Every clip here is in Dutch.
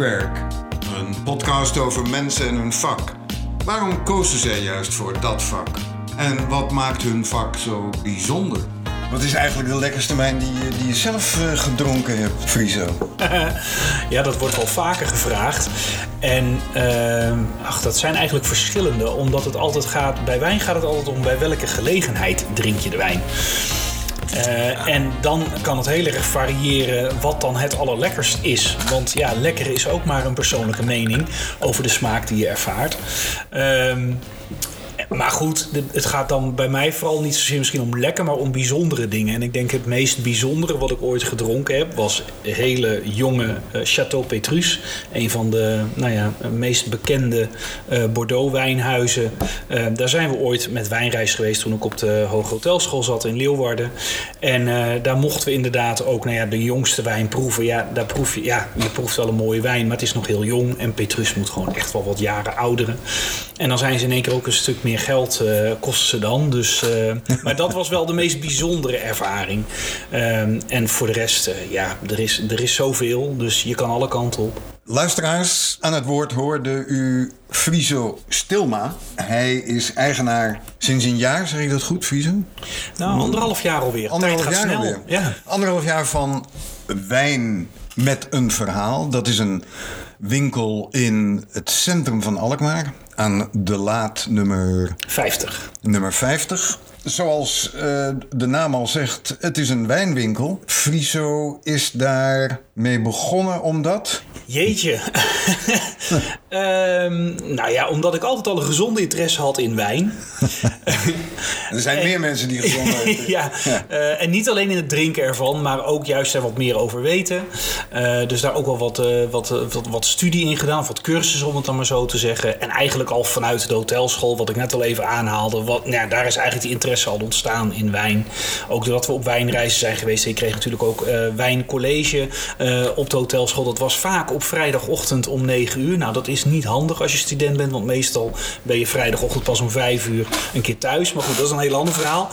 Vakwerk, een podcast over mensen en hun vak. Waarom kozen zij juist voor dat vak? En wat maakt hun vak zo bijzonder? Wat is eigenlijk de lekkerste wijn die je zelf gedronken hebt, Friso? Ja, dat wordt wel vaker gevraagd. En dat zijn eigenlijk verschillende. Omdat het altijd gaat, bij wijn gaat het altijd om bij welke gelegenheid drink je de wijn. En dan kan het heel erg variëren wat dan het allerlekkerst is. Want ja, lekker is ook maar een persoonlijke mening over de smaak die je ervaart. Maar goed, het gaat dan bij mij vooral niet zozeer misschien om lekker, maar om bijzondere dingen. En ik denk het meest bijzondere wat ik ooit gedronken heb, was een hele jonge Château Petrus. Een van de meest bekende Bordeaux-wijnhuizen. Daar zijn we ooit met wijnreis geweest toen ik op de Hoge Hotelschool zat in Leeuwarden. En daar mochten we inderdaad ook de jongste wijn proeven. Ja, daar proef je proeft wel een mooie wijn, maar het is nog heel jong. En Petrus moet gewoon echt wel wat jaren ouderen. En dan zijn ze in één keer ook een stuk meer geld kosten ze dan. Dus, maar dat was wel de meest bijzondere ervaring. En voor de rest, er is zoveel. Dus je kan alle kanten op. Luisteraars, aan het woord hoorde u Friso Stilma. Hij is eigenaar sinds een jaar, zeg ik dat goed, Friso? Nou, 1,5 jaar alweer. Tijd gaat snel. Alweer. Ja. 1,5 jaar van wijn met een verhaal. Dat is een winkel in het centrum van Alkmaar. Aan de Laat nummer 50. Nummer 50. Zoals de naam al zegt, het is een wijnwinkel. Friso is daarmee begonnen omdat... Jeetje. Omdat ik altijd al een gezonde interesse had in wijn. Er zijn meer mensen die gezond zijn. En niet alleen in het drinken ervan, maar ook juist er wat meer over weten. Dus daar ook wel wat studie in gedaan, of wat cursus om het dan maar zo te zeggen. En eigenlijk al vanuit de hotelschool, wat ik net al even aanhaalde, daar is eigenlijk die interesse al ontstaan in wijn. Ook doordat we op wijnreizen zijn geweest. Ik kreeg natuurlijk ook wijncollege op de hotelschool. Dat was vaak op vrijdagochtend om 9 uur. Nou, dat is niet handig als je student bent, want meestal ben je vrijdagochtend pas om 5 uur een keer thuis. Maar goed, dat is een heel ander verhaal.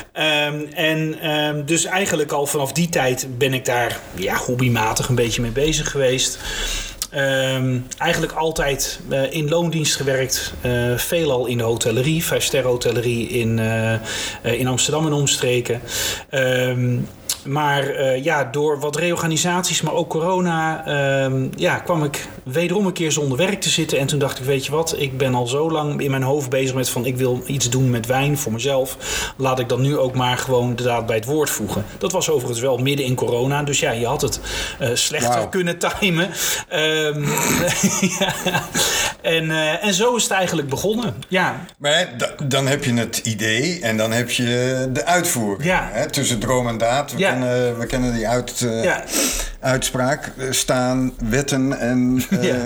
Dus eigenlijk al vanaf die tijd ben ik daar hobbymatig een beetje mee bezig geweest. Eigenlijk altijd in loondienst gewerkt. Veelal in de hotellerie. 5-sterren hotellerie in Amsterdam en omstreken. Maar door wat reorganisaties, maar ook corona, kwam ik wederom een keer zonder werk te zitten. En toen dacht ik, weet je wat, ik ben al zo lang in mijn hoofd bezig met van ik wil iets doen met wijn voor mezelf. Laat ik dat nu ook maar gewoon inderdaad bij het woord voegen. Dat was overigens wel midden in corona, dus je had het slechter kunnen timen. En zo is het eigenlijk begonnen, ja. Maar dan heb je het idee en dan heb je de uitvoering. Ja. Hè? Tussen droom en daad. We kennen die uitspraak. Staan, wetten en...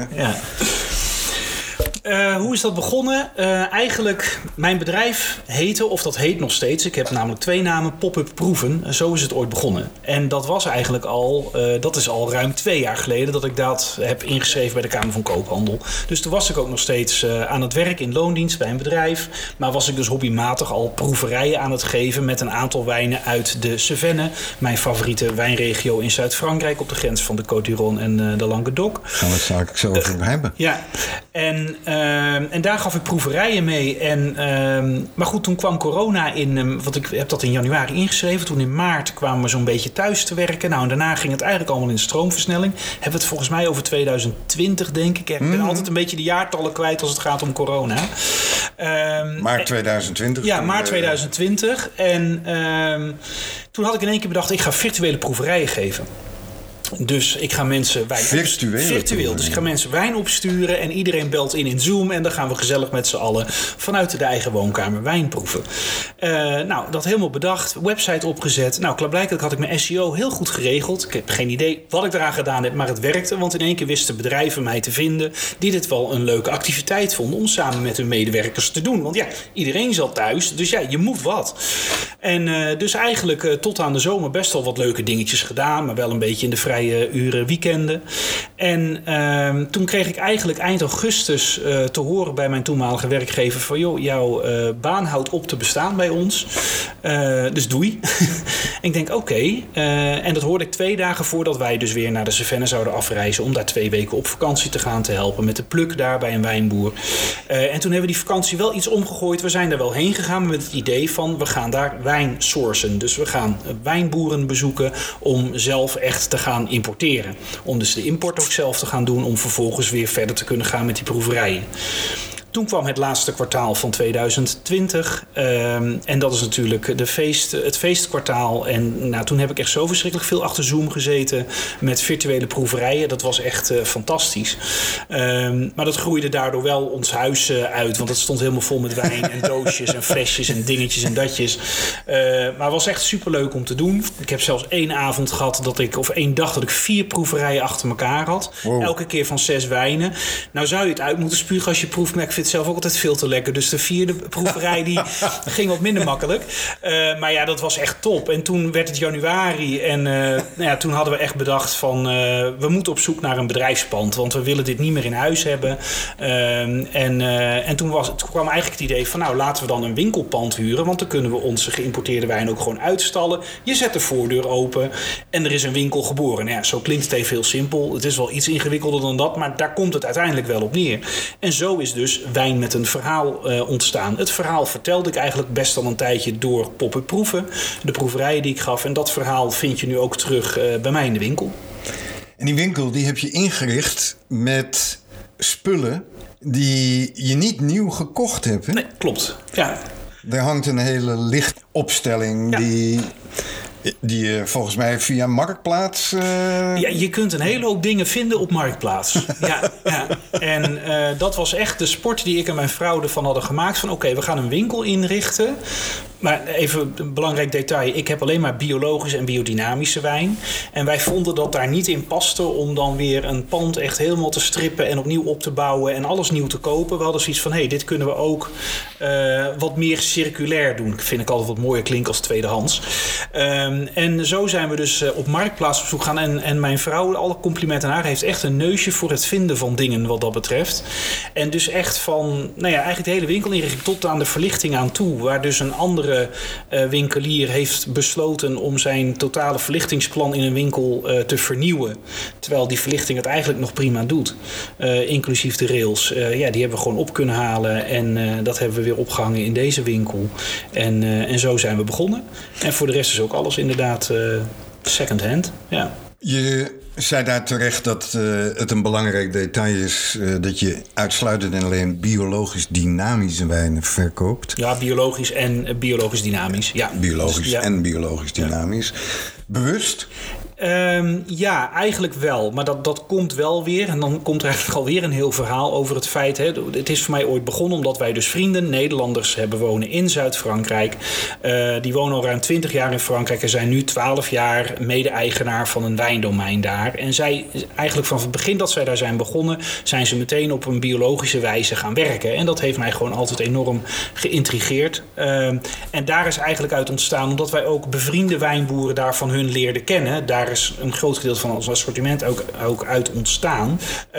Hoe is dat begonnen? Eigenlijk, mijn bedrijf heette, of dat heet nog steeds... ik heb namelijk 2 namen, Pop-up Proeven. Zo is het ooit begonnen. En dat was eigenlijk dat is al ruim 2 jaar geleden... dat ik dat heb ingeschreven bij de Kamer van Koophandel. Dus toen was ik ook nog steeds aan het werk in loondienst bij een bedrijf. Maar was ik dus hobbymatig al proeverijen aan het geven... met een aantal wijnen uit de Cevennes. Mijn favoriete wijnregio in Zuid-Frankrijk... op de grens van de Côte d'Iron en de Languedoc. Gaan we het straks zo over hebben. Ja, en daar gaf ik proeverijen mee. Maar goed, toen kwam corona in... want ik heb dat in januari ingeschreven. Toen in maart kwamen we zo'n beetje thuis te werken. Nou, en daarna ging het eigenlijk allemaal in stroomversnelling. Hebben we het volgens mij over 2020, denk ik. Ik ben altijd een beetje de jaartallen kwijt als het gaat om corona. Maart 2020? Ja, maart 2020. En toen had ik in één keer bedacht... ik ga virtuele proeverijen geven. Dus ik ga mensen wijn virtueel. Dus ik ga mensen wijn opsturen en iedereen belt in Zoom en dan gaan we gezellig met z'n allen vanuit de eigen woonkamer wijn proeven. Dat helemaal bedacht, website opgezet. Nou, klaarblijkelijk had ik mijn SEO heel goed geregeld. Ik heb geen idee wat ik eraan gedaan heb, maar het werkte. Want in één keer wisten bedrijven mij te vinden die dit wel een leuke activiteit vonden om samen met hun medewerkers te doen. Want iedereen zat thuis, dus je moet wat. En dus eigenlijk tot aan de zomer best wel wat leuke dingetjes gedaan, maar wel een beetje in de vrije vrije uren, weekenden. En toen kreeg ik eigenlijk eind augustus te horen bij mijn toenmalige werkgever van joh, jouw baan houdt op te bestaan bij ons. Dus doei. Ik denk oké. En dat hoorde ik 2 dagen voordat wij dus weer naar de Cevennes zouden afreizen om daar 2 weken op vakantie te gaan te helpen met de pluk daar bij een wijnboer. En toen hebben we die vakantie wel iets omgegooid. We zijn daar wel heen gegaan met het idee van we gaan daar wijn sourcen. Dus we gaan wijnboeren bezoeken om zelf echt te gaan importeren. Om dus de import ook zelf te gaan doen om vervolgens weer verder te kunnen gaan met die proeverijen. Toen kwam het laatste kwartaal van 2020. En dat is natuurlijk het feestkwartaal. En toen heb ik echt zo verschrikkelijk veel achter Zoom gezeten met virtuele proeverijen. Dat was echt fantastisch. Maar dat groeide daardoor wel ons huis uit. Want het stond helemaal vol met wijn en doosjes en flesjes en dingetjes en datjes. Maar het was echt superleuk om te doen. Ik heb zelfs 1 avond gehad of 1 dag dat ik 4 proeverijen achter elkaar had. Wow. Elke keer van 6 wijnen. Nou zou je het uit moeten spugen als je proeft, maar ik vind het zelf ook altijd veel te lekker. Dus de 4e proeverij die ging wat minder makkelijk. Maar ja, dat was echt top. En toen werd het januari en toen hadden we echt bedacht van we moeten op zoek naar een bedrijfspand, want we willen dit niet meer in huis hebben. En toen kwam eigenlijk het idee van nou, laten we dan een winkelpand huren, want dan kunnen we onze geïmporteerde wijn ook gewoon uitstallen. Je zet de voordeur open en er is een winkel geboren. Nou ja, zo klinkt het even heel simpel. Het is wel iets ingewikkelder dan dat, maar daar komt het uiteindelijk wel op neer. En zo is dus wijn met een verhaal ontstaan. Het verhaal vertelde ik eigenlijk best al een tijdje door pop-up proeven. De proeverijen die ik gaf. En dat verhaal vind je nu ook terug bij mij in de winkel. En die winkel die heb je ingericht met spullen die je niet nieuw gekocht hebt. Hè? Nee, klopt. Ja. Er hangt een hele lichtopstelling die je volgens mij via Marktplaats... Ja, je kunt een hele hoop dingen vinden op Marktplaats. Ja. En dat was echt de sport die ik en mijn vrouw ervan hadden gemaakt. Van oké, we gaan een winkel inrichten. Maar even een belangrijk detail. Ik heb alleen maar biologische en biodynamische wijn. En wij vonden dat daar niet in paste om dan weer een pand echt helemaal te strippen en opnieuw op te bouwen en alles nieuw te kopen. We hadden zoiets van, dit kunnen we ook wat meer circulair doen. Vind ik altijd wat mooier klinken als tweedehands. En zo zijn we dus op Marktplaats op zoek gaan. En mijn vrouw, alle complimenten aan haar, heeft echt een neusje voor het vinden van dingen wat dat betreft. En dus echt van, eigenlijk de hele winkel inrichting tot aan de verlichting aan toe. Waar dus een andere winkelier heeft besloten om zijn totale verlichtingsplan in een winkel te vernieuwen. Terwijl die verlichting het eigenlijk nog prima doet. Inclusief de rails. Die hebben we gewoon op kunnen halen. En dat hebben we weer opgehangen in deze winkel. En zo zijn we begonnen. En voor de rest is ook alles inderdaad second hand. Ja. Je zei daar terecht dat het een belangrijk detail is dat je uitsluitend en alleen biologisch dynamische wijnen verkoopt. Ja, biologisch en biologisch dynamisch. Ja. Biologisch en biologisch dynamisch. Ja. Bewust? Ja, eigenlijk wel. Maar dat komt wel weer. En dan komt er eigenlijk alweer een heel verhaal over het feit. Het is voor mij ooit begonnen omdat wij dus vrienden, Nederlanders, hebben wonen in Zuid-Frankrijk. Die wonen al ruim 20 jaar in Frankrijk en zijn nu 12 jaar mede-eigenaar van een wijndomein daar. En zij, eigenlijk vanaf het begin dat zij daar zijn begonnen, zijn ze meteen op een biologische wijze gaan werken. En dat heeft mij gewoon altijd enorm geïntrigeerd. En daar is eigenlijk uit ontstaan, omdat wij ook bevriende wijnboeren daar van hun leerden kennen. Daar is een groot gedeelte van ons assortiment ook uit ontstaan.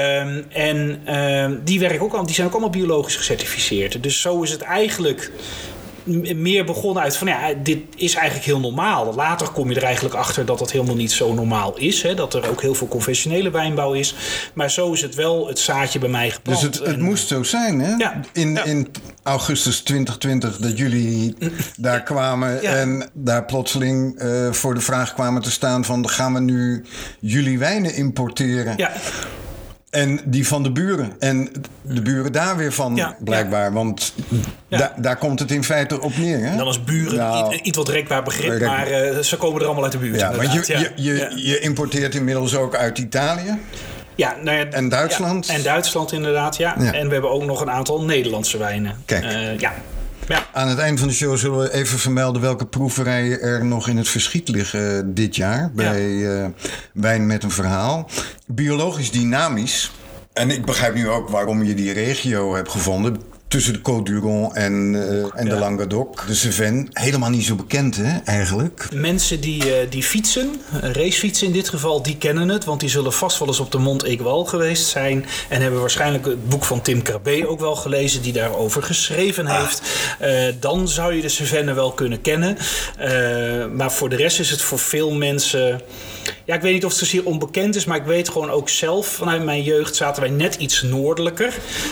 Die zijn ook allemaal biologisch gecertificeerd. Dus zo is het eigenlijk meer begonnen uit van dit is eigenlijk heel normaal. Later kom je er eigenlijk achter dat dat helemaal niet zo normaal is. Hè? Dat er ook heel veel conventionele wijnbouw is. Maar zo is het wel het zaadje bij mij geplant. Dus het moest zo zijn, hè? Ja. In augustus 2020 dat jullie daar kwamen en daar plotseling voor de vraag kwamen te staan van gaan we nu jullie wijnen importeren? Ja. En die van de buren. En de buren daar weer van, blijkbaar. Want daar komt het in feite op neer. Hè? Dan is buren iets wat rekbaar begrip. Maar ze komen er allemaal uit de buurt. Ja, want je importeert inmiddels ook uit Italië. Ja, en Duitsland. Ja, en Duitsland inderdaad, ja. En we hebben ook nog een aantal Nederlandse wijnen. Kijk. Ja. Aan het eind van de show zullen we even vermelden welke proeverijen er nog in het verschiet liggen dit jaar. Bij Wijn met een Verhaal. Biologisch dynamisch. En ik begrijp nu ook waarom je die regio hebt gevonden. tussen de Côte d'Uron en de Languedoc. De Cevennes. Helemaal niet zo bekend, hè, eigenlijk. Mensen die fietsen, racefietsen in dit geval, die kennen het. Want die zullen vast wel eens op de Mont Aigual geweest zijn. En hebben waarschijnlijk het boek van Tim Crabbe ook wel gelezen, die daarover geschreven heeft. Dan zou je de Cevennes wel kunnen kennen. Maar voor de rest is het voor veel mensen... Ja, ik weet niet of het zozeer onbekend is, maar ik weet gewoon ook zelf, vanuit mijn jeugd zaten wij net iets noordelijker.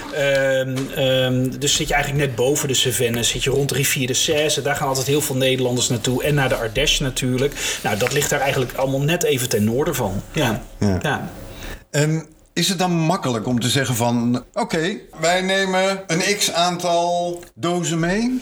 Dus zit je eigenlijk net boven de Cevennes, zit je rond de rivier de Cèze. Daar gaan altijd heel veel Nederlanders naartoe. En naar de Ardèche natuurlijk. Nou, dat ligt daar eigenlijk allemaal net even ten noorden van. Ja. Is het dan makkelijk om te zeggen van... Oké, wij nemen een x-aantal dozen mee?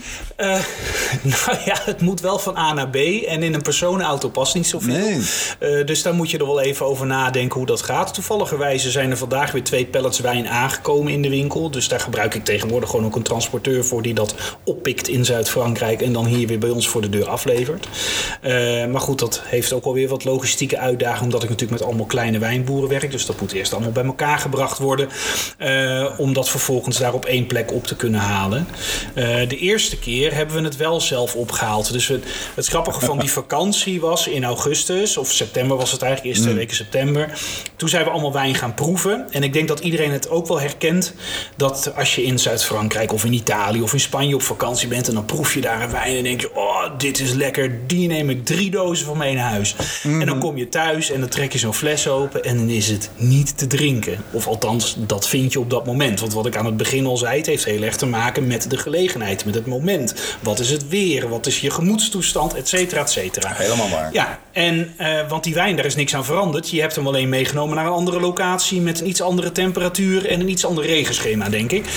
Nou ja, het moet wel van A naar B. En in een personenauto past niet zoveel. Nee. Dus daar moet je er wel even over nadenken hoe dat gaat. Toevalligerwijze zijn er vandaag weer 2 pallets wijn aangekomen in de winkel. Dus daar gebruik ik tegenwoordig gewoon ook een transporteur voor... die dat oppikt in Zuid-Frankrijk... en dan hier weer bij ons voor de deur aflevert. Maar goed, dat heeft ook alweer wat logistieke uitdagingen... omdat ik natuurlijk met allemaal kleine wijnboeren werk. Dus dat moet eerst allemaal bij elkaar gebracht worden... om dat vervolgens daar op 1 plek op te kunnen halen. De eerste keer hebben we het wel zelf opgehaald. Dus het grappige van die vakantie was in augustus... of september was het eigenlijk, eerst 2 weken september. Toen zijn we allemaal wijn gaan proeven. En ik denk dat iedereen het ook wel herkent... dat als je in Zuid-Frankrijk of in Italië of in Spanje op vakantie bent... en dan proef je daar een wijn en denk je... oh, dit is lekker, die neem ik 3 dozen van mee naar huis. En dan kom je thuis en dan trek je zo'n fles open... en dan is het niet te drinken. Of althans, dat vind je op dat moment. Want wat ik aan het begin al zei... het heeft heel erg te maken met de gelegenheid, met het moment. Wat is het weer? Wat is je gemoedstoestand? Et cetera, et cetera. Helemaal waar. Ja, en want die wijn, daar is niks aan veranderd. Je hebt hem alleen meegenomen naar een andere locatie... met een iets andere temperatuur en een iets ander regenschema, denk ik.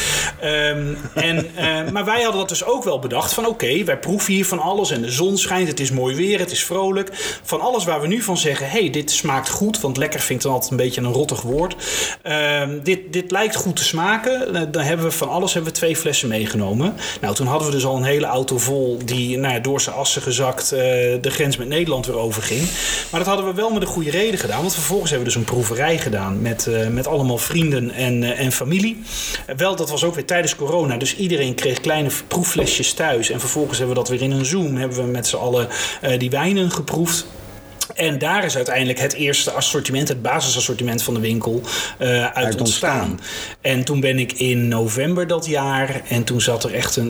Maar wij hadden dat dus ook wel bedacht. Van oké, wij proeven hier van alles en de zon schijnt. Het is mooi weer, het is vrolijk. Van alles waar we nu van zeggen... hey, dit smaakt goed. Want lekker vind ik dan altijd een beetje een rottig woord. Dit lijkt goed te smaken. Dan hebben we van alles 2 flessen meegenomen. Nou, toen hadden we dus al een hele auto vol... die door zijn assen gezakt de grens met Nederland weer overging. Maar dat hadden we wel met een goede reden gedaan. Want vervolgens hebben we dus een proeverij gedaan... met allemaal vrienden en familie. Dat was ook weer tijdens corona. Dus iedereen kreeg kleine proefflesjes thuis. En vervolgens hebben we dat weer in een Zoom... hebben we met z'n allen die wijnen geproefd. En daar is uiteindelijk het eerste assortiment, het basisassortiment van de winkel uit ontstaan. En toen ben ik in november dat jaar en toen zaten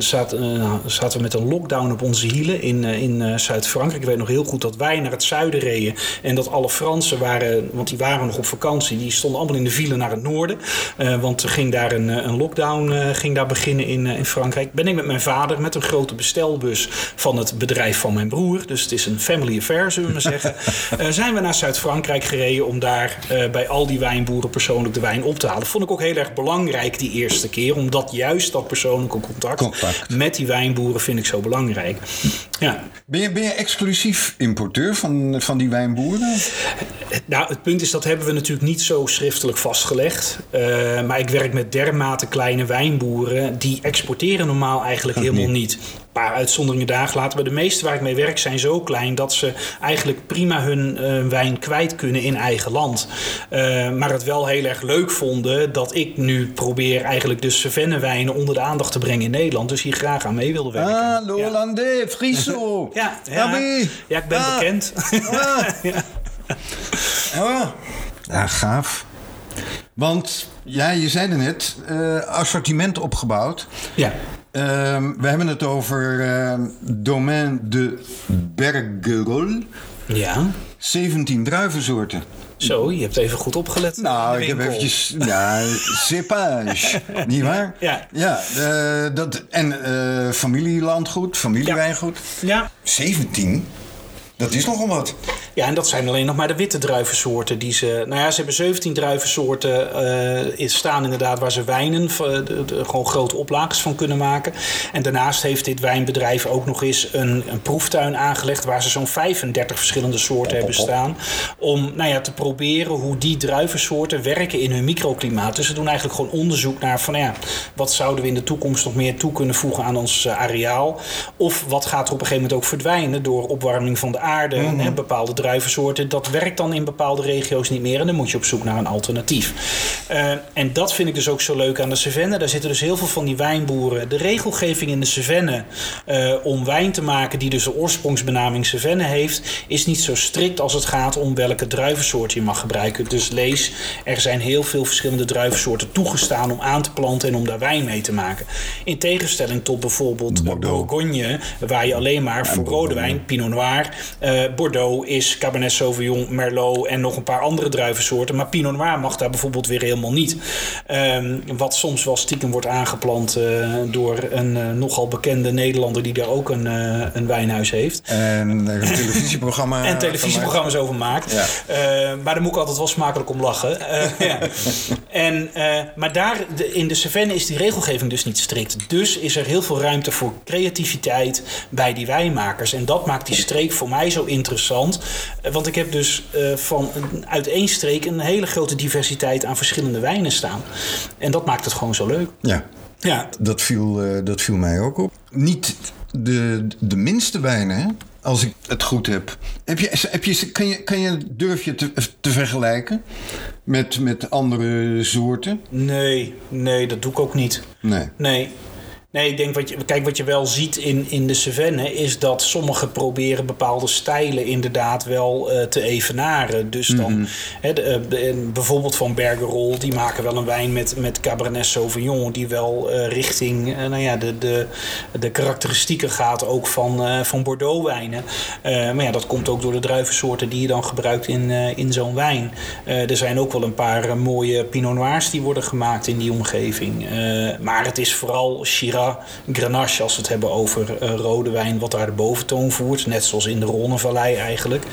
we met een lockdown op onze hielen in Zuid-Frankrijk. Ik weet nog heel goed dat wij naar het zuiden reden en dat alle Fransen waren, want die waren nog op vakantie, die stonden allemaal in de file naar het noorden. Want er ging daar een lockdown beginnen in Frankrijk. Ben ik met mijn vader met een grote bestelbus van het bedrijf van mijn broer. Dus het is een family affair, zullen we maar zeggen. Zijn we naar Zuid-Frankrijk gereden om daar bij al die wijnboeren persoonlijk de wijn op te halen. Vond ik ook heel erg belangrijk die eerste keer. Omdat juist dat persoonlijke contact met die wijnboeren vind ik zo belangrijk. Ja. Ben je exclusief importeur van die wijnboeren? Nou, het punt is, dat hebben we natuurlijk niet zo schriftelijk vastgelegd. Maar ik werk met dermate kleine wijnboeren. Die exporteren normaal eigenlijk helemaal niet. Een paar uitzonderingen daar laten. Maar de meeste waar ik mee werk zijn zo klein... dat ze eigenlijk prima hun wijn kwijt kunnen in eigen land. Maar het wel heel erg leuk vonden... dat ik nu probeer eigenlijk de Cevennes wijnen onder de aandacht te brengen in Nederland. Dus hier graag aan mee wilde werken. Ah, l'Hollandais, Friso. Ja, ik ben bekend. Ja, gaaf. Want, ja, je zei er net, assortiment opgebouwd. Ja. We hebben het over Domaine de Bergerolles. Ja. 17 druivensoorten. Zo, je hebt even goed opgelet. Nou, ik heb eventjes... Ja, cépage. Niet waar? Ja. Familielandgoed, familiewijngoed. Ja. 17? Dat is nogal wat. Ja, en dat zijn alleen nog maar de witte druivensoorten die ze... Nou ja, ze hebben 17 druivensoorten staan inderdaad waar ze wijnen... gewoon grote oplages van kunnen maken. En daarnaast heeft dit wijnbedrijf ook nog eens een proeftuin aangelegd... waar ze zo'n 35 verschillende soorten hebben staan... om te proberen hoe die druivensoorten werken in hun microklimaat. Dus ze doen eigenlijk gewoon onderzoek naar wat zouden we in de toekomst nog meer toe kunnen voegen aan ons areaal. Of wat gaat er op een gegeven moment ook verdwijnen door opwarming van de aarde. Bepaalde druivensoorten. Dat werkt dan in bepaalde regio's niet meer en dan moet je op zoek naar een alternatief. En dat vind ik dus ook zo leuk aan de Cevennes. Daar zitten dus heel veel van die wijnboeren. De regelgeving in de Cevennes om wijn te maken die dus de oorsprongsbenaming Cevennes heeft, is niet zo strikt als het gaat om welke druivensoort je mag gebruiken. Dus lees, er zijn heel veel verschillende druivensoorten toegestaan om aan te planten en om daar wijn mee te maken. In tegenstelling tot bijvoorbeeld Bourgogne, waar je alleen maar voor rode wijn, Pinot Noir, Bordeaux is Cabernet Sauvignon, Merlot en nog een paar andere druivensoorten. Maar Pinot Noir mag daar bijvoorbeeld weer helemaal niet. Wat soms wel stiekem wordt aangeplant door een nogal bekende Nederlander die daar ook een wijnhuis heeft. En een televisieprogramma. En televisieprogramma's over maakt. Ja. Maar daar moet ik altijd wel smakelijk om lachen. Ja. Maar daar in de Cevennes is die regelgeving dus niet strikt. Dus is er heel veel ruimte voor creativiteit bij die wijnmakers. En dat maakt die streek voor mij zo interessant. Want ik heb dus uit één streek een hele grote diversiteit aan verschillende wijnen staan. En dat maakt het gewoon zo leuk. Ja. Dat viel mij ook op. Niet de minste wijnen, hè? Als ik het goed heb. Durf je te vergelijken met andere soorten? Nee, dat doe ik ook niet. Nee, ik denk wat je wel ziet in de Cevennes is dat sommigen proberen bepaalde stijlen inderdaad wel te evenaren. Dus dan bijvoorbeeld van Bergerol, die maken wel een wijn met Cabernet Sauvignon die wel richting de karakteristieken gaat ook van Bordeaux wijnen. Maar ja, dat komt ook door de druivensoorten die je dan gebruikt in zo'n wijn. Er zijn ook wel een paar mooie Pinot Noirs die worden gemaakt in die omgeving. Maar het is vooral Shiraz, Grenache, als we het hebben over rode wijn, wat daar de boventoon voert. Net zoals in de Rhônevallei eigenlijk.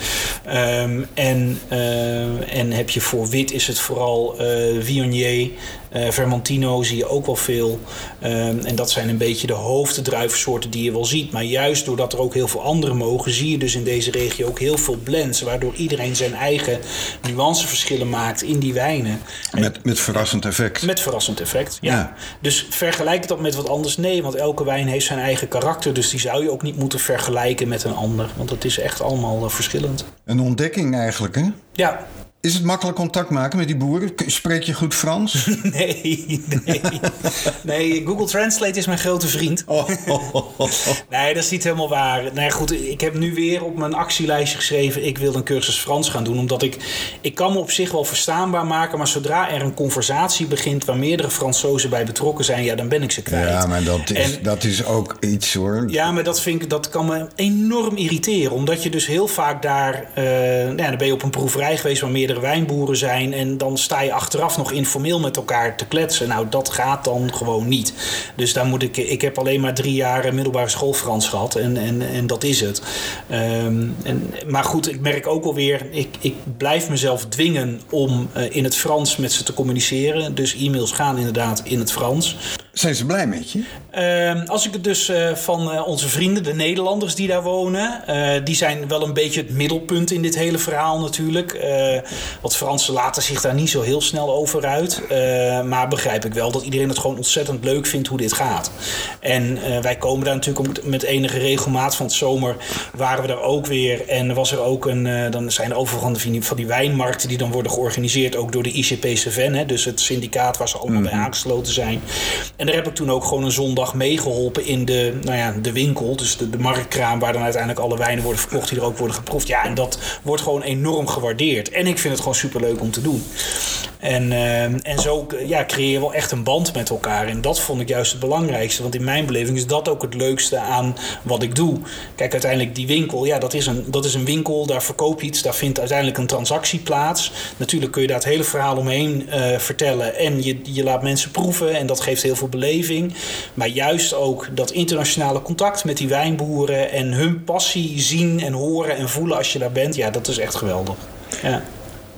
En heb je voor wit is het vooral Viognier, Vermentino zie je ook wel veel. En dat zijn een beetje de hoofddruivensoorten die je wel ziet. Maar juist doordat er ook heel veel andere mogen, zie je dus in deze regio ook heel veel blends, waardoor iedereen zijn eigen nuanceverschillen maakt in die wijnen. Met verrassend effect. Met verrassend effect, ja. Dus vergelijk dat met wat anders? Nee, want elke wijn heeft zijn eigen karakter. Dus die zou je ook niet moeten vergelijken met een ander. Want het is echt allemaal verschillend. Een ontdekking eigenlijk, hè? Ja. Is het makkelijk contact maken met die boeren? Spreek je goed Frans? Nee, Google Translate is mijn grote vriend. Nee, dat is niet helemaal waar. Nee, goed, ik heb nu weer op mijn actielijstje geschreven, ik wil een cursus Frans gaan doen. Omdat ik kan me op zich wel verstaanbaar maken, maar zodra er een conversatie begint waar meerdere Fransozen bij betrokken zijn, ja, dan ben ik ze kwijt. Ja, maar dat is ook iets, hoor. Ja, maar dat kan me enorm irriteren. Omdat je dus heel vaak daar, dan ben je op een proeverij geweest waar meerdere wijnboeren zijn en dan sta je achteraf nog informeel met elkaar te kletsen. Nou, dat gaat dan gewoon niet. Dus daar moet ik heb alleen maar 3 jaar middelbare school Frans gehad en dat is het. Maar goed, ik merk ook alweer, ik blijf mezelf dwingen om in het Frans met ze te communiceren. Dus e-mails gaan inderdaad in het Frans. Zijn ze blij met je? Als ik het dus van onze vrienden, de Nederlanders die daar wonen, die zijn wel een beetje het middelpunt in dit hele verhaal natuurlijk. Want Fransen laten zich daar niet zo heel snel over uit. Maar begrijp ik wel dat iedereen het gewoon ontzettend leuk vindt hoe dit gaat. En wij komen daar natuurlijk met enige regelmaat. Van het zomer waren we daar ook weer. En was er ook dan zijn er overal van die wijnmarkten die dan worden georganiseerd. Ook door de ICP Cevennes. Dus het syndicaat waar ze allemaal bij aangesloten zijn. En daar heb ik toen ook gewoon een zondag meegeholpen in de winkel. Dus de marktkraam waar dan uiteindelijk alle wijnen worden verkocht die er ook worden geproefd. Ja, en dat wordt gewoon enorm gewaardeerd. En ik vind het gewoon superleuk om te doen. En zo creëer je wel echt een band met elkaar. En dat vond ik juist het belangrijkste. Want in mijn beleving is dat ook het leukste aan wat ik doe. Kijk, uiteindelijk die winkel, ja, dat is een winkel. Daar verkoop je iets. Daar vindt uiteindelijk een transactie plaats. Natuurlijk kun je daar het hele verhaal omheen vertellen. En je laat mensen proeven. En dat geeft heel veel beleving. Maar juist ook dat internationale contact met die wijnboeren. En hun passie zien en horen en voelen als je daar bent. Ja, dat is echt geweldig. Ja.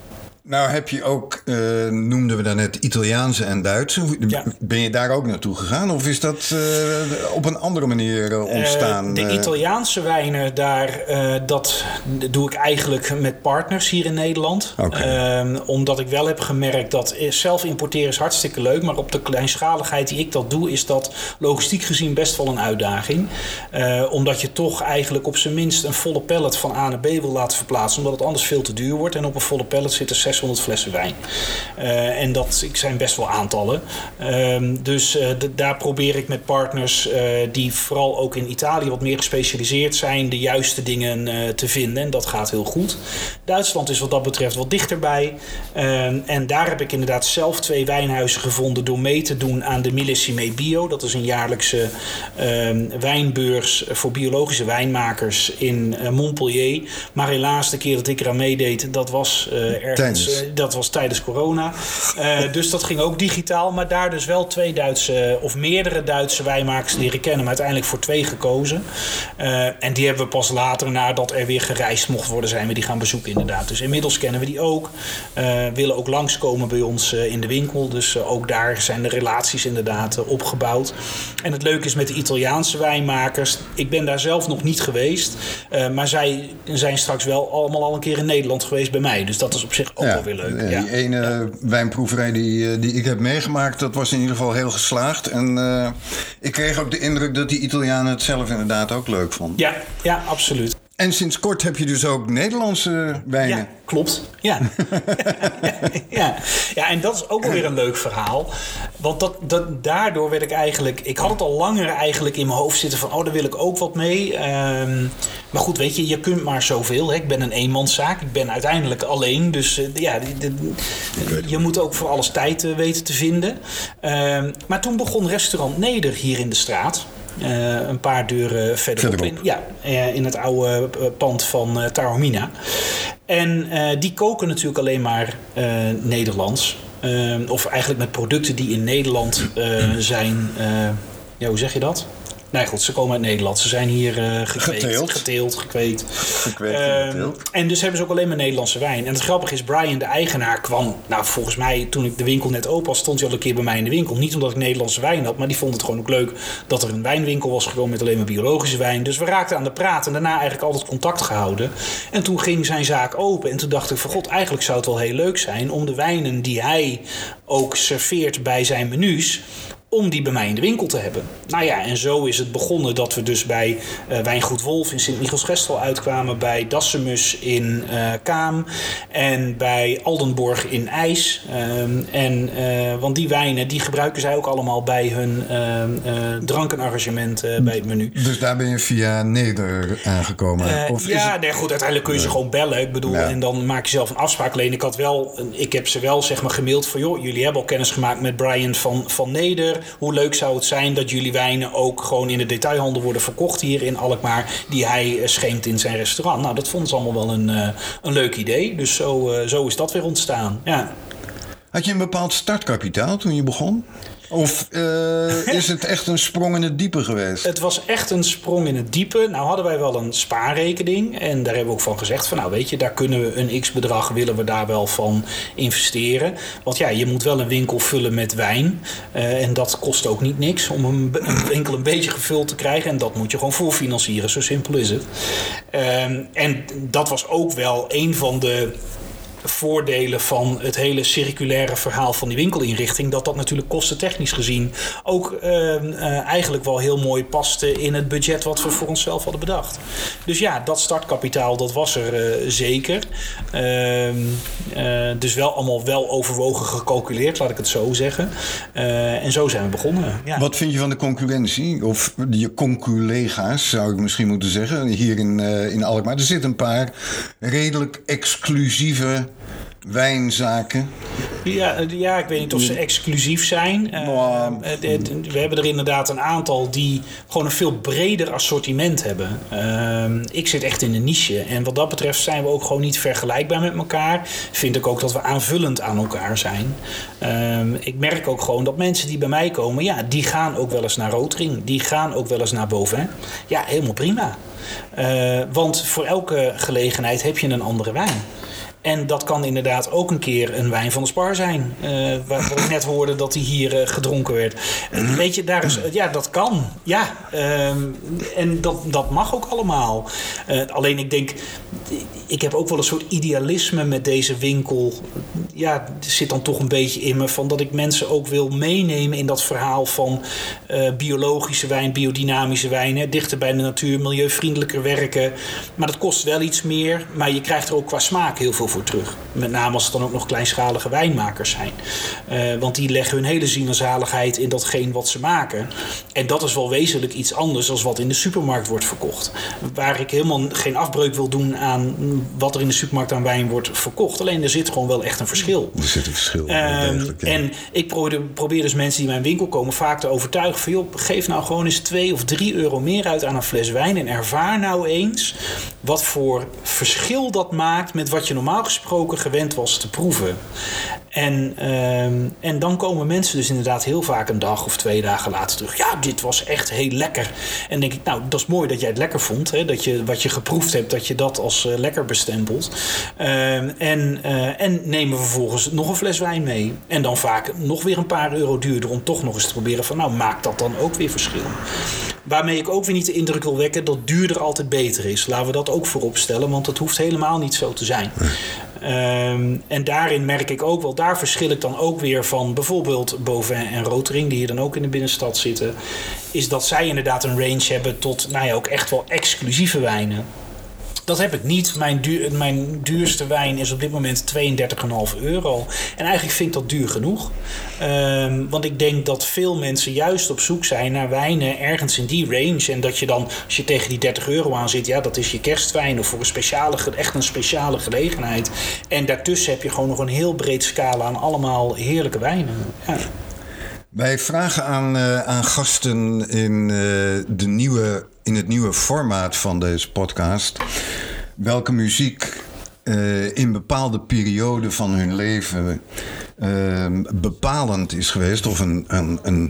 Nou heb je ook, noemden we daarnet Italiaanse en Duitse. Ja. Ben je daar ook naartoe gegaan? Of is dat op een andere manier ontstaan? De Italiaanse wijnen, dat doe ik eigenlijk met partners hier in Nederland. Okay. Omdat ik wel heb gemerkt dat zelf importeren is hartstikke leuk. Maar op de kleinschaligheid die ik dat doe, is dat logistiek gezien best wel een uitdaging. Omdat je toch eigenlijk op zijn minst een volle pallet van A naar B wil laten verplaatsen. Omdat het anders veel te duur wordt. En op een volle pallet zitten 600 flessen wijn. En dat zijn best wel aantallen. Dus daar probeer ik met partners die vooral ook in Italië wat meer gespecialiseerd zijn, de juiste dingen te vinden. En dat gaat heel goed. Duitsland is wat dat betreft wat dichterbij. En daar heb ik inderdaad zelf 2 wijnhuizen gevonden door mee te doen aan de Millesime Bio. Dat is een jaarlijkse wijnbeurs voor biologische wijnmakers in Montpellier. Maar helaas, de keer dat ik eraan meedeed, dat was dat was tijdens corona. Dus dat ging ook digitaal. Maar daar dus wel 2 Duitse of meerdere Duitse wijnmakers leren kennen. Maar uiteindelijk voor 2 gekozen. En die hebben we pas later, nadat er weer gereisd mocht worden, zijn we die gaan bezoeken inderdaad. Dus inmiddels kennen we die ook. Willen ook langskomen bij ons in de winkel. Dus ook daar zijn de relaties inderdaad opgebouwd. En het leuke is met de Italiaanse wijnmakers. Ik ben daar zelf nog niet geweest. Maar zij zijn straks wel allemaal al een keer in Nederland geweest bij mij. Dus dat is op zich ook wel weer leuk. Die ene wijnproeverij die ik heb meegemaakt, dat was in ieder geval heel geslaagd. En ik kreeg ook de indruk dat die Italianen het zelf inderdaad ook leuk vonden. Ja, absoluut. En sinds kort heb je dus ook Nederlandse wijnen. Ja, klopt. Ja. Ja, en dat is ook weer een leuk verhaal. Want daardoor werd ik eigenlijk... Ik had het al langer eigenlijk in mijn hoofd zitten van... daar wil ik ook wat mee. Maar goed, weet je kunt maar zoveel. Hè. Ik ben een eenmanszaak. Ik ben uiteindelijk alleen. Dus je moet ook voor alles tijd weten te vinden. Maar toen begon restaurant Neder hier in de straat. Een paar deuren verderop. In het oude pand van Taormina. En die koken natuurlijk alleen maar Nederlands. Of eigenlijk met producten die in Nederland zijn... hoe zeg je dat? Nee, goed, ze komen uit Nederland. Ze zijn hier geteeld, gekweekt. En dus hebben ze ook alleen maar Nederlandse wijn. En het grappige is, Brian, de eigenaar, kwam... Nou, volgens mij, toen ik de winkel net open was, stond hij al een keer bij mij in de winkel. Niet omdat ik Nederlandse wijn had, maar die vond het gewoon ook leuk dat er een wijnwinkel was gekomen met alleen maar biologische wijn. Dus we raakten aan de praat en daarna eigenlijk altijd contact gehouden. En toen ging zijn zaak open. En toen dacht ik van, god, eigenlijk zou het wel heel leuk zijn om de wijnen die hij ook serveert bij zijn menus, om die bij mij in de winkel te hebben. Nou ja, en zo is het begonnen dat we dus bij Wijngoed Wolf in Sint-Michiels-Gestel uitkwamen, bij Dassemus in Kaam en bij Aldenborg in IJs. Want die wijnen die gebruiken zij ook allemaal bij hun drankenarrangement bij het menu. Dus daar ben je via Neder aangekomen? Uiteindelijk kun je ze gewoon bellen. Ik bedoel, en dan maak je zelf een afspraak. Alleen ik heb ze wel zeg maar gemaild van, joh, jullie hebben al kennis gemaakt met Brian van Neder. Hoe leuk zou het zijn dat jullie wijnen ook gewoon in de detailhandel worden verkocht hier in Alkmaar, die hij schenkt in zijn restaurant. Nou, dat vonden ze allemaal wel een leuk idee. Dus zo is dat weer ontstaan. Ja. Had je een bepaald startkapitaal toen je begon? Of is het echt een sprong in het diepe geweest? Het was echt een sprong in het diepe. Nou hadden wij wel een spaarrekening. En daar hebben we ook van gezegd van, nou weet je, daar kunnen we een x-bedrag, willen we daar wel van investeren. Want ja, je moet wel een winkel vullen met wijn. En dat kost ook niet niks om een winkel een beetje gevuld te krijgen. En dat moet je gewoon voorfinancieren. Zo simpel is het. En dat was ook wel een van de voordelen van het hele circulaire verhaal van die winkelinrichting, dat natuurlijk kostentechnisch gezien ook eigenlijk wel heel mooi paste in het budget wat we voor onszelf hadden bedacht. Dus ja, dat startkapitaal, dat was er zeker. Dus wel allemaal wel overwogen gecalculeerd, laat ik het zo zeggen. En zo zijn we begonnen. Ja. Wat vind je van de concurrentie? Of je conculega's, zou ik misschien moeten zeggen, hier in Alkmaar. Er zitten een paar redelijk exclusieve wijnzaken. Ja, ik weet niet of ze exclusief zijn. We hebben er inderdaad een aantal die gewoon een veel breder assortiment hebben. Ik zit echt in een niche. En wat dat betreft zijn we ook gewoon niet vergelijkbaar met elkaar. Vind ik ook dat we aanvullend aan elkaar zijn. Ik merk ook gewoon dat mensen die bij mij komen, ja, die gaan ook wel eens naar Roodring. Die gaan ook wel eens naar Bovin. Ja, helemaal prima. Want voor elke gelegenheid heb je een andere wijn. En dat kan inderdaad ook een keer een wijn van de Spar zijn. Waarvan ik net hoorde dat die hier gedronken werd. Weet je, dat kan. Ja, en dat mag ook allemaal. Alleen ik denk, ik heb ook wel een soort idealisme met deze winkel. Ja, er zit dan toch een beetje in me van dat ik mensen ook wil meenemen in dat verhaal van biologische wijn, biodynamische wijn. Dichter bij de natuur, milieuvriendelijker werken. Maar dat kost wel iets meer. Maar je krijgt er ook qua smaak heel veel voor terug. Met name als het dan ook nog kleinschalige wijnmakers zijn. Want die leggen hun hele ziel en zaligheid in datgene wat ze maken. En dat is wel wezenlijk iets anders dan wat in de supermarkt wordt verkocht. Waar ik helemaal geen afbreuk wil doen aan wat er in de supermarkt aan wijn wordt verkocht. Alleen er zit gewoon wel echt een verschil. Er zit een verschil. En ik probeer dus mensen die in mijn winkel komen vaak te overtuigen van joh, geef nou gewoon eens 2 of 3 euro meer uit aan een fles wijn en ervaar nou eens wat voor verschil dat maakt met wat je normaal gesproken gewend was te proeven. En dan komen mensen dus inderdaad heel vaak een dag of 2 dagen later terug. Ja, dit was echt heel lekker. En denk ik, nou, dat is mooi dat jij het lekker vond. Hè? Dat je wat je geproefd hebt, dat je dat als lekker bestempelt. En nemen we vervolgens nog een fles wijn mee. En dan vaak nog weer een paar euro duurder om toch nog eens te proberen van, nou, maakt dat dan ook weer verschil? Waarmee ik ook weer niet de indruk wil wekken dat duurder altijd beter is. Laten we dat ook voorop stellen, want dat hoeft helemaal niet zo te zijn. En daarin merk ik ook wel, daar verschil ik dan ook weer van bijvoorbeeld Bovin en Rotering, die hier dan ook in de binnenstad zitten, is dat zij inderdaad een range hebben tot, nou ja, ook echt wel exclusieve wijnen. Dat heb ik niet. Mijn duurste wijn is op dit moment €32,5. En eigenlijk vind ik dat duur genoeg. Want ik denk dat veel mensen juist op zoek zijn naar wijnen ergens in die range. En dat je dan, als je tegen die €30 aan zit, ja, dat is je kerstwijn of voor echt een speciale gelegenheid. En daartussen heb je gewoon nog een heel breed scala aan allemaal heerlijke wijnen. Ja. Wij vragen aan gasten in het nieuwe formaat van deze podcast welke muziek in bepaalde perioden van hun leven bepalend is geweest of een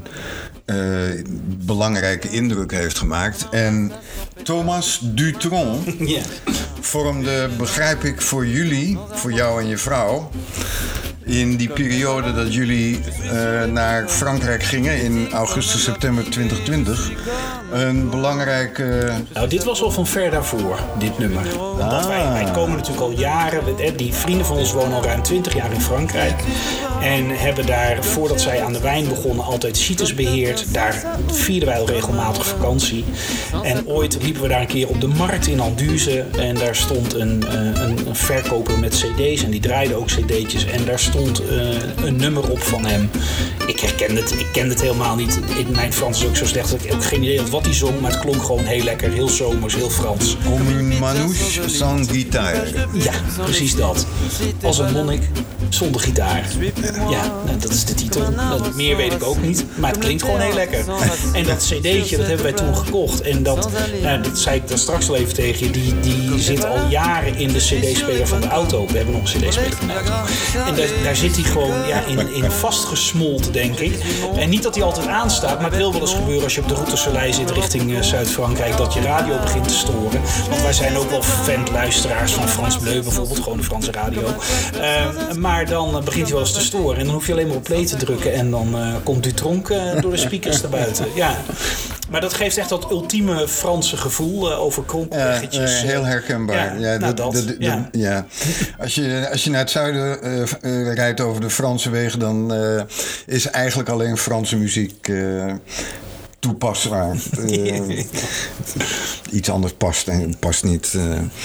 belangrijke indruk heeft gemaakt. En Thomas Dutronc vormde, begrijp ik, voor jou en je vrouw, in die periode dat jullie naar Frankrijk gingen in augustus, september 2020, een belangrijke... Nou, dit was al van ver daarvoor, dit nummer. Want wij komen natuurlijk al jaren, die vrienden van ons wonen al ruim 20 jaar in Frankrijk. En hebben daar, voordat zij aan de wijn begonnen, altijd sites beheerd. Daar vierden wij al regelmatig vakantie. En ooit liepen we daar een keer op de markt in Anduze. En daar stond een verkoper met cd's. En die draaide ook cd'tjes. En daar stond een nummer op van hem. Ik kende het helemaal niet. Mijn Frans is ook zo slecht dat ik ook geen idee had wat hij zong. Maar het klonk gewoon heel lekker, heel zomers, heel Frans. Comme une manouche sans guitare. Ja, precies dat. Als een monnik zonder gitaar. Ja, nou, dat is de titel. Meer weet ik ook niet. Maar het klinkt gewoon heel lekker. En dat cd'tje, dat hebben wij toen gekocht. En dat zei ik daar straks al even tegen je. Die zit al jaren in de cd-speler van de auto. We hebben nog een cd-speler van de auto. En daar zit hij gewoon in vastgesmolten, denk ik. En niet dat hij altijd aanstaat. Maar het wil wel eens gebeuren als je op de Route Soleil zit richting Zuid-Frankrijk. Dat je radio begint te storen. Want wij zijn ook wel fan-luisteraars van Frans Bleu bijvoorbeeld. Gewoon de Franse radio. Maar dan begint hij wel eens te storen. En dan hoef je alleen maar op play te drukken. En dan komt Dutronc door de speakers naar buiten. Ja. Maar dat geeft echt dat ultieme Franse gevoel over krompweggetjes. Heel herkenbaar. Ja, Als je naar het zuiden rijdt over de Franse wegen, dan is eigenlijk alleen Franse muziek toepasbaar. Iets anders past niet.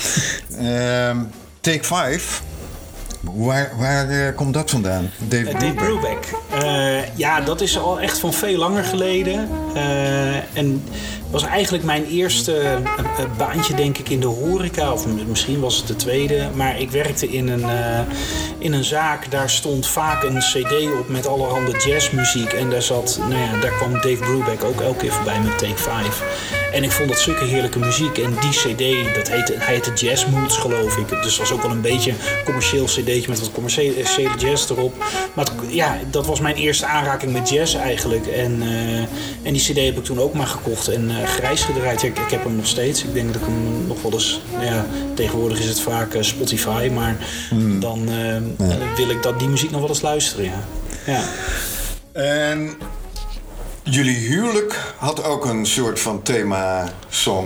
Take 5. Waar komt dat vandaan? Dave Brubeck. Dat is al echt van veel langer geleden. En was eigenlijk mijn eerste baantje, denk ik, in de horeca. Of misschien was het de tweede. Maar ik werkte in een zaak. Daar stond vaak een cd op met allerhande jazzmuziek. En daar kwam Dave Brubeck ook elke keer voorbij met Take 5. En ik vond dat zulke heerlijke muziek. En die cd, hij heette Jazz Moods, geloof ik. Dus het was ook wel een beetje een commercieel cd'tje met wat commerciële jazz erop. Maar dat was mijn eerste aanraking met jazz eigenlijk. En die cd heb ik toen ook maar gekocht. En grijs gedraaid. Ja, ik heb hem nog steeds. Ik denk dat ik hem nog wel eens... tegenwoordig is het vaak Spotify. Maar dan wil ik die muziek nog wel eens luisteren, ja. En jullie huwelijk had ook een soort van thema-song.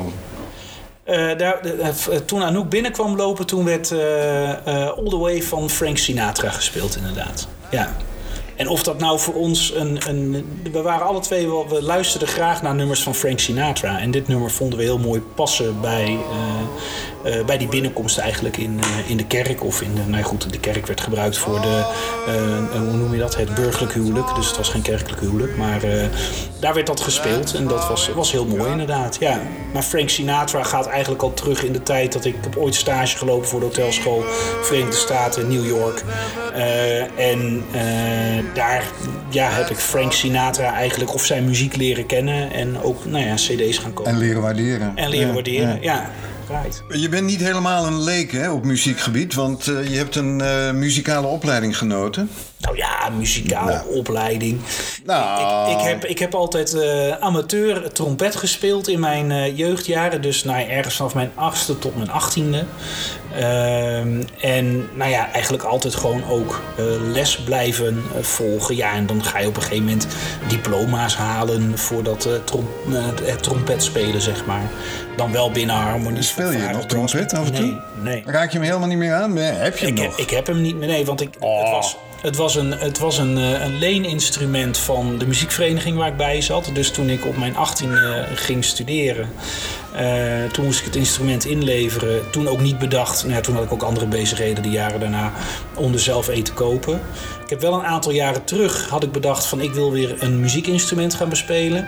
Toen Anouk binnenkwam lopen, toen werd All The Way van Frank Sinatra gespeeld, inderdaad. Ja. En of dat nou voor ons we waren alle twee wel... We luisterden graag naar nummers van Frank Sinatra. En dit nummer vonden we heel mooi passen bij die binnenkomst eigenlijk in de kerk. Of de kerk werd gebruikt voor hoe noem je dat? Het burgerlijk huwelijk. Dus het was geen kerkelijk huwelijk. Maar daar werd dat gespeeld. En dat was heel mooi inderdaad. Ja. Maar Frank Sinatra gaat eigenlijk al terug in de tijd dat ik heb ooit stage gelopen voor de hotelschool Verenigde Staten, New York. Daar heb ik Frank Sinatra eigenlijk of zijn muziek leren kennen. En ook cd's gaan kopen. En leren waarderen. Ja. Right. Je bent niet helemaal een leek hè, op muziekgebied, want je hebt een muzikale opleiding genoten. Nou ja, muzikale opleiding. Nou. Ik heb altijd amateur trompet gespeeld in mijn jeugdjaren. Dus ergens vanaf mijn 8e tot mijn 18e. Eigenlijk altijd gewoon ook les blijven volgen. Ja, en dan ga je op een gegeven moment diploma's halen voor het trompet spelen, zeg maar. Dan wel binnen harmonie. Speel je nog trompet af en toe? Nee. Raak je hem helemaal niet meer aan? Heb je hem nog? Ik heb hem niet meer, nee, want het was een leeninstrument van de muziekvereniging waar ik bij zat. Dus toen ik op mijn 18e ging studeren, toen moest ik het instrument inleveren. Toen ook niet bedacht, toen had ik ook andere bezigheden de jaren daarna, om er zelf een te kopen. Ik heb wel een aantal jaren terug had ik bedacht van ik wil weer een muziekinstrument gaan bespelen.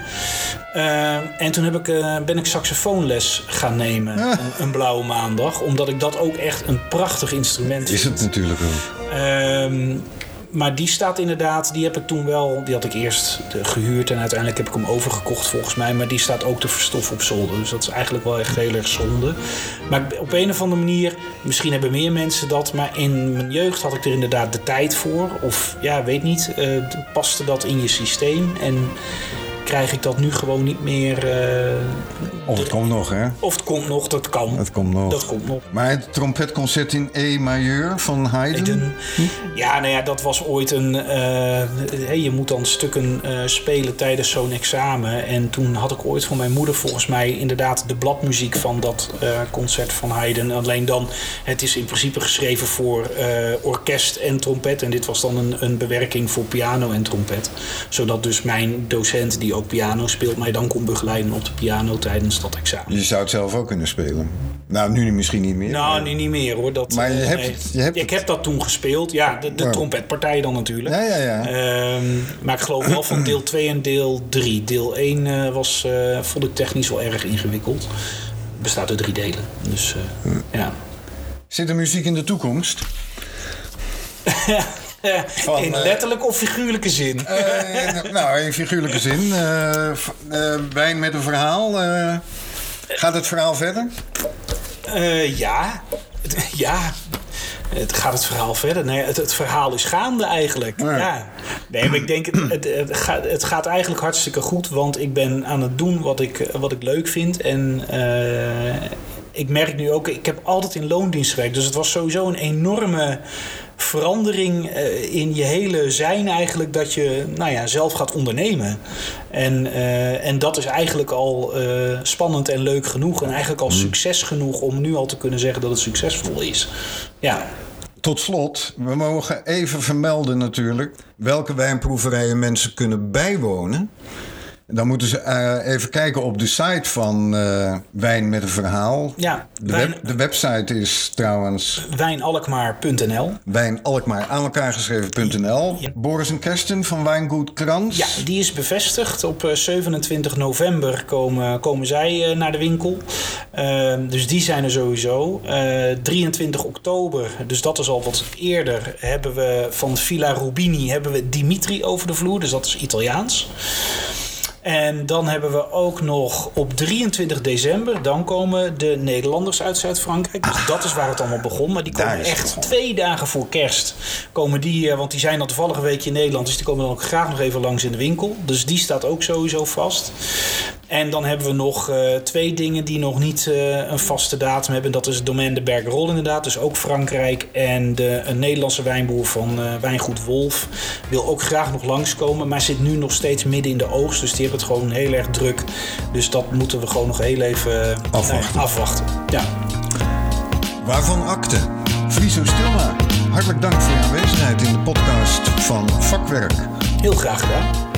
En toen ben ik saxofoonles gaan nemen, een blauwe maandag. Omdat ik dat ook echt een prachtig instrument vind. Is het natuurlijk ook. Maar die staat inderdaad, die had ik eerst gehuurd en uiteindelijk heb ik hem overgekocht volgens mij. Maar die staat ook te verstoffen op zolder. Dus dat is eigenlijk wel echt heel erg zonde. Maar op een of andere manier, misschien hebben meer mensen dat, maar in mijn jeugd had ik er inderdaad de tijd voor. Of weet niet, paste dat in je systeem en krijg ik dat nu gewoon niet meer. Of het komt nog, hè? Of het komt nog, dat kan. Het komt nog. Dat komt nog. Maar het trompetconcert in E majeur van Haydn? Ja, dat was ooit je moet dan stukken spelen tijdens zo'n examen. En toen had ik ooit van mijn moeder volgens mij inderdaad de bladmuziek van dat concert van Haydn. Alleen dan, het is in principe geschreven voor orkest en trompet. En dit was dan een bewerking voor piano en trompet. Zodat dus mijn docent, die ook piano speelt, mij dan kon begeleiden op de piano tijdens dat examen. Je zou het zelf ook kunnen spelen. Nou, nu misschien niet meer. Nou, nu niet meer hoor. Maar ik heb dat toen gespeeld. Ja, de trompetpartij dan natuurlijk. Ja. Maar ik geloof wel van deel 2 en deel 3. Deel 1 vond ik technisch wel erg ingewikkeld. Het bestaat uit 3 delen. Dus ja. Zit er muziek in de toekomst? In letterlijk of figuurlijke zin? In figuurlijke zin. Wijn met een verhaal. Gaat het verhaal verder? Ja. Het gaat het verhaal verder. Nee, het verhaal is gaande eigenlijk. Ja. Nee, maar ik denk, het gaat eigenlijk hartstikke goed. Want ik ben aan het doen wat ik leuk vind. En ik merk nu ook, ik heb altijd in loondienst gewerkt. Dus het was sowieso een enorme verandering in je hele zijn eigenlijk, dat je zelf gaat ondernemen. En dat is eigenlijk al spannend en leuk genoeg en eigenlijk al succes genoeg om nu al te kunnen zeggen dat het succesvol is. Ja. Tot slot, we mogen even vermelden natuurlijk welke wijnproeverijen mensen kunnen bijwonen. Dan moeten ze even kijken op de site van Wijn met een Verhaal. Ja, de website is trouwens wijnalkmaar.nl. Wijnalkmaar aan elkaar geschreven.nl. Ja. Boris en Kersten van Wijngoed Krans. Ja, die is bevestigd. Op 27 november komen zij naar de winkel. Dus die zijn er sowieso. 23 oktober, dus dat is al wat eerder, hebben we van Villa Rubini Dimitri over de vloer. Dus dat is Italiaans. En dan hebben we ook nog op 23 december... dan komen de Nederlanders uit Zuid-Frankrijk. Dus dat is waar het allemaal begon. Maar die komen echt 2 dagen voor kerst. Komen die, want die zijn dan toevallig een weekje in Nederland. Dus die komen dan ook graag nog even langs in de winkel. Dus die staat ook sowieso vast. En dan hebben we nog 2 dingen die nog niet een vaste datum hebben. Dat is Domaine de Bergerol inderdaad, dus ook Frankrijk. En een Nederlandse wijnboer van Wijngoed Wolf wil ook graag nog langskomen. Maar zit nu nog steeds midden in de oogst. Dus die hebben het gewoon heel erg druk. Dus dat moeten we gewoon nog heel even afwachten. Ja. Waarvan akte? Friso Stilma, hartelijk dank voor je aanwezigheid in de podcast van Vakwerk. Heel graag gedaan.